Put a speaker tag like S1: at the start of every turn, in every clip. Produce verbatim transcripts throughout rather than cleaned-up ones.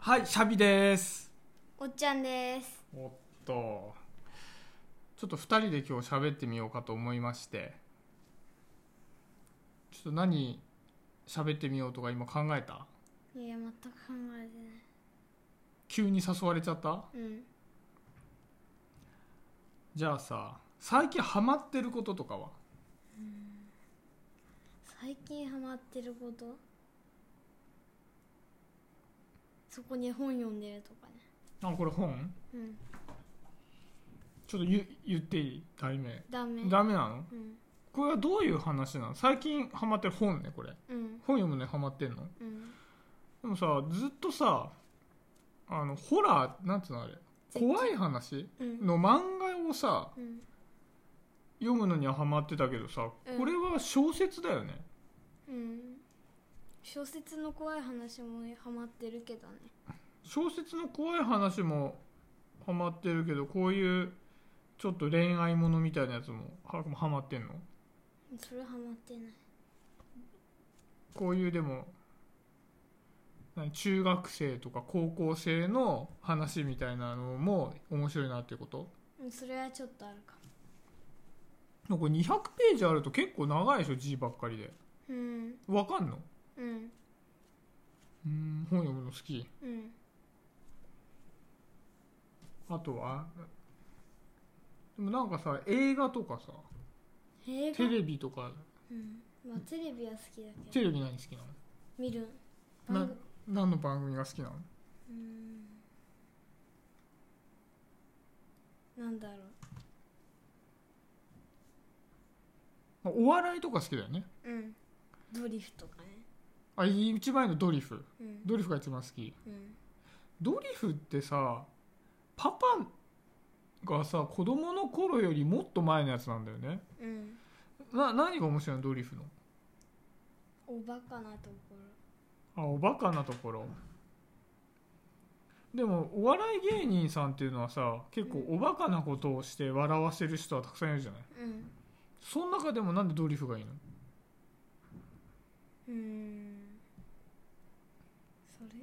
S1: はい、シャビです。
S2: おっちゃんです。
S1: おっと、ちょっとふたりで今日喋ってみようかと思いまして、ちょっと何喋ってみようとか今考えた？
S2: いや、全く考えてない。
S1: 急に誘われちゃった？
S2: うん。
S1: じゃあさ、最近ハマってることとかは？
S2: うん、最近ハマってること、そこに本読んでるとかね。
S1: あ、これ本？
S2: うん。
S1: ちょっと言言っていい？題名。
S2: ダメ。
S1: ダメなの？
S2: うん。
S1: これはどういう話なの？最近ハマってる本ね、これ。
S2: うん。
S1: 本読むのにハマってんの？
S2: うん。
S1: でもさ、ずっとさ、あのホラーなんつうのあれ、怖い話の漫画をさ、うん、読むのにはハマってたけどさ、うん、これは小説だよね。
S2: うん。小説の怖い話もハマってるけどね。
S1: 小説の怖い話もハマってるけど、こういうちょっと恋愛ものみたいなやつもハマってんの？
S2: それはハマってない。
S1: こういうでも中学生とか高校生の話みたいなのも面白いなっていうこと？
S2: それはちょっとあるか
S1: も。これにひゃくページあると結構長いでしょ、字ばっかりで。
S2: うん。
S1: わかんの？
S2: うん。
S1: うん、本読むの好き？
S2: うん。
S1: あとはでもなんかさ、映画とかさ、
S2: 映画？
S1: テレビとか。
S2: うん。まあテレビは好きだけど。
S1: テレビ何好きなの？
S2: 見る。
S1: な何の番組が好きなの？
S2: うーん。なんだろ
S1: う。お笑いとか好きだよね。
S2: うん。ドリフとかね。
S1: あ、一番いいのドリフ、
S2: うん、
S1: ドリフが一番好き、
S2: うん、
S1: ドリフってさ、パパがさ子供の頃よりもっと前のやつなんだよね、
S2: うん、
S1: な何が面白いのドリフの？
S2: おバカなとこ
S1: ろ。あ、おバカなところ。でもお笑い芸人さんっていうのはさ、結構おバカなことをして笑わせる人はたくさんいるじゃない、
S2: うん、
S1: その中でもなんでドリフがいいの？
S2: うーん、それ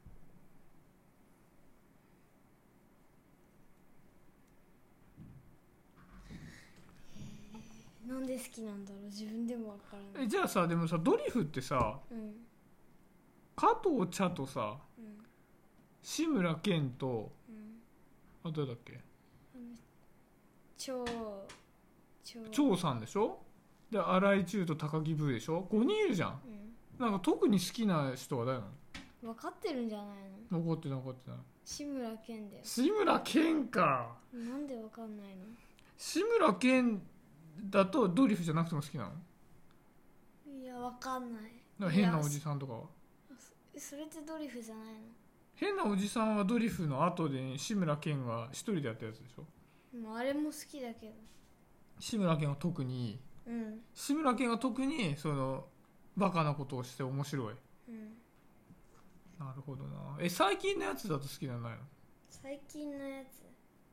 S2: えー、なんで好きなんだろう、自分でもわからない。
S1: え、じゃあさ、でもさ、ドリフってさ、
S2: うん、
S1: 加藤茶とさ、
S2: うん、
S1: 志村けんと、
S2: うん、
S1: あと誰だっけ、
S2: 超
S1: 超超さんでしょ、で新井中と高木ブーでしょ、ごにんいるじゃん、うん、なんか特に好きな人は誰なの？
S2: 分かってるんじゃないの？
S1: 分かってない分かってない。
S2: 志村けんだよ。
S1: 志村けんか。
S2: なんで分かんないの？
S1: 志村けんだとドリフじゃなくても好きなの？
S2: いや分かんない。
S1: なんか変なおじさんとかは？
S2: それってドリフじゃないの？
S1: 変なおじさんはドリフの後で志村けんが一人でやったやつでしょ。
S2: もうあれも好きだけど。
S1: 志村けんは特に、
S2: うん、
S1: 志村けんは特にそのバカなことをして面白い、
S2: うん、
S1: なるほどな。え、最近のやつだと好きじゃないの？
S2: 最近のやつ、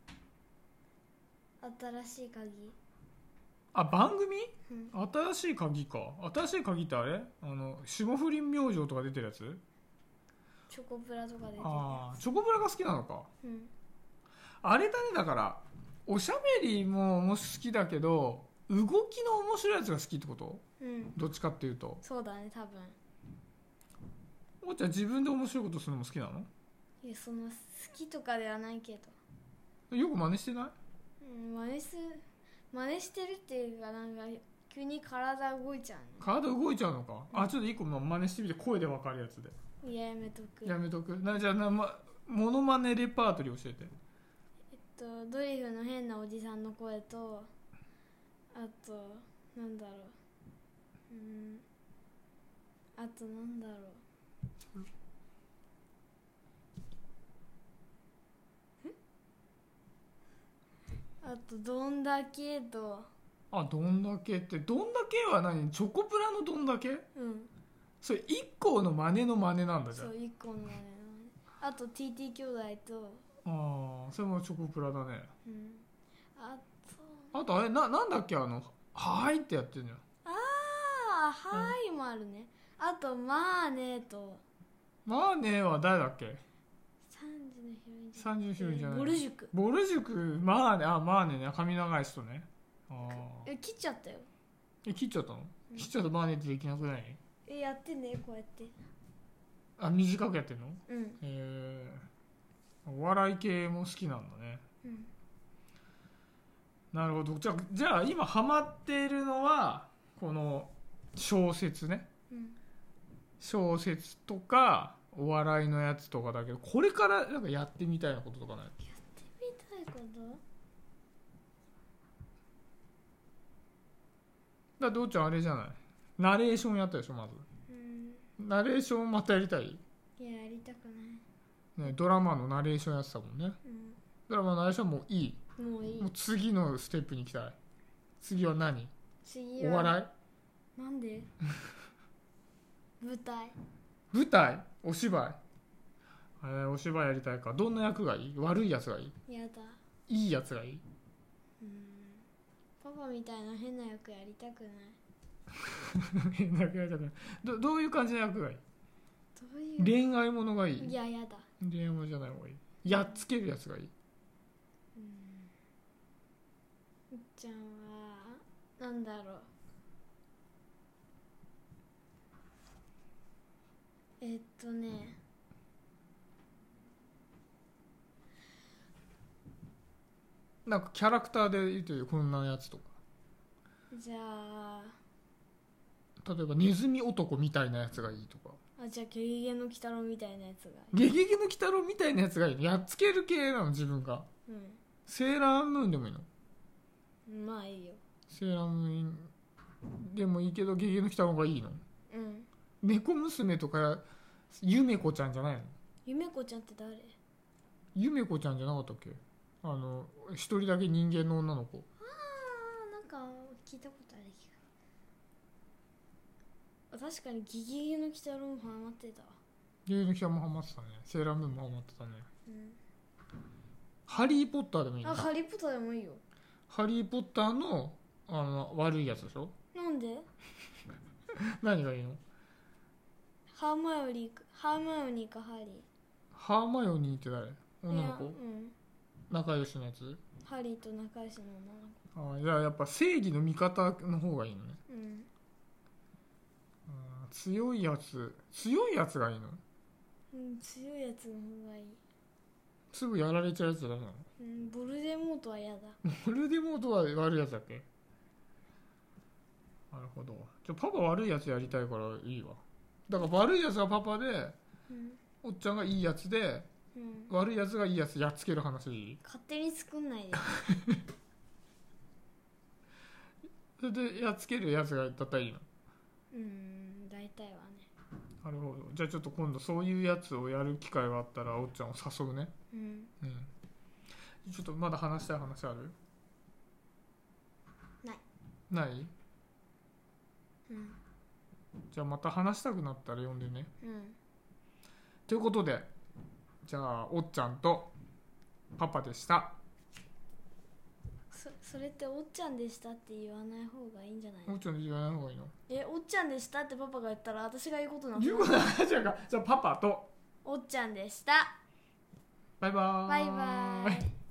S2: 新しい鍵。
S1: あ、番組、
S2: うん、
S1: 新しい鍵か。新しい鍵ってあれ、あの霜降り明星とか出てるやつ？
S2: チョコプラとか出てる。
S1: ああ、チョコプラが好きなのか、
S2: うん、
S1: あれだね。だからおしゃべりももし好きだけど動きの面白いやつが好きってこと？
S2: うん、
S1: どっちかっていうと。
S2: そうだね、多分。
S1: おーちゃん自分で面白いことするのも好きなの？
S2: いや、その好きとかではないけど。
S1: よく真似してない？
S2: うん、真似す真似してるっていうか、なんか急に体動いちゃう、ね、
S1: 体動いちゃうのか、うん、あ、ちょっと一個真似してみて、声で分かるやつで。
S2: いや、やめとく。
S1: やめとくな。じゃあな、ま、モノマネレパートリー教えて。
S2: えっとドリフの変なおじさんの声と、あとなんだろう、うん、あとなんだろう、あとどんだけと。
S1: あ、どんだけって、どんだけは何？チョコプラのどんだけ？
S2: うん、
S1: それ一個の真似の真似なんだじゃん。
S2: そう、一個の真似の。あと ティーティー 兄弟と。
S1: ああ、それもチョコプラだね。
S2: うん、あ
S1: とあとあれな、なんだっけ、あのはーいってやってるのよ。
S2: ああ、はーいもあるね。あとまあねと。
S1: まあねは誰だっけ？
S2: のヒロイン
S1: さんじゅうのヒロインじゃない、
S2: ボル塾
S1: ボル塾まあねあまあね髪長い人ね。あ
S2: え切っちゃったよ。
S1: え切っちゃったの、うん、切っちゃったマーネってできなくない？
S2: えやってねこうやって。
S1: あ短くやってんの？
S2: うん
S1: えー、お笑い系も好きなんだね。
S2: うん
S1: なるほど。じゃあ、じゃあ今ハマっているのはこの小説ね、うん、小説とかお笑いのやつとかだけど、これからなんかやってみたいなこととかない？やって
S2: みたいこと
S1: だどうちゃんあれじゃない、ナレーションやったでしょまず、うん、ナレーションまたやりたい？い
S2: ややりたくない、
S1: ね、ドラマのナレーションやってたもんね、うん、ドラマのナレーションもういい？
S2: もういい。
S1: もう次のステップに行きたい。次は何？
S2: 次は
S1: お笑
S2: い？なんで舞台。
S1: 舞台？お芝居？えー、お芝居やりたいか。どんな役がいい？悪いやつがいい？
S2: やだ。
S1: いいやつがいい？
S2: うんパパみたいな変な役やりたくない。
S1: 変な役やりたくない。どどういう感じの役がいい？
S2: どういう？
S1: 恋愛ものがいい？
S2: いややだ。
S1: 恋愛ものじゃない方がいい。やっつけるやつがいい？
S2: うっちゃんはなんだろう、えっとね
S1: なんかキャラクターで言うというこんなやつとか、
S2: じゃあ
S1: 例えばネズミ男みたいなやつがいいとか、
S2: あじゃあゲゲゲの鬼太郎みたいなやつが
S1: いい。ゲゲゲの鬼太郎みたいなやつがいいの？やっつける系なの自分が、うん、セーラームーンでもいいの？
S2: まあいいよ。
S1: セーラームーンでもいいけどゲゲゲの鬼太郎がいいの？うん。猫娘とかゆめこちゃんじゃないの？
S2: ゆめこちゃんって誰？
S1: ゆめこちゃんじゃなかったっけ？あの一人だけ人間の女の子。
S2: ああなんか聞いたことある気が。確かにゲゲゲの鬼太郎もハマってたわ。
S1: ゲゲゲの鬼太郎もハマってたね。セーラームーンもハマってたね。うん。ハリーポッターでもいいの？
S2: あハリーポッターでもいいよ。
S1: ハリーポッターの、あの悪いやつでしょ？
S2: なんで？
S1: 何がいいの？
S2: ハーマイオニーかハーマイオニーかハリー。
S1: ハーマイオニーって誰？女の子？
S2: うん。
S1: 仲良しのやつ？
S2: ハリーと仲良しの女の子。
S1: あじゃあやっぱ正義の味方の方がいいのね。うん。あ強いやつ強いやつがいいの？
S2: うん強いやつの方がいい。
S1: すぐやられちゃうやつだなの？
S2: うん、ボルデモートは嫌だ。
S1: ボルデモートは悪いやつだっけ？なるほど。じゃあパパ悪いやつやりたいからいいわ。だから悪いやつがパパで、うん、おっちゃんがいいやつで、うん、悪いやつがいいやつやっつける話でいい？
S2: 勝手に作んないで。
S1: それでやっつけるやつがだったらいいの？
S2: うん大体はね。
S1: なるほど。じゃあちょっと今度そういうやつをやる機会があったらおっちゃんを誘うね。うん、うん、ちょっとまだ話したい話ある？
S2: ない
S1: ない？うん、じゃあまた話したくなったら呼んでね。うん。ということでじゃあおっちゃんとパパでした。
S2: そ, それっておっちゃんでしたって言わない方がいいんじゃないの？
S1: おっちゃんで言わない方がいいの？
S2: えおっちゃんでしたってパパが言ったら私が言うことなの？
S1: 言うことなっちゃうか。じゃあパパと
S2: おっちゃんでした。
S1: バイバーイ。
S2: バイバーイ。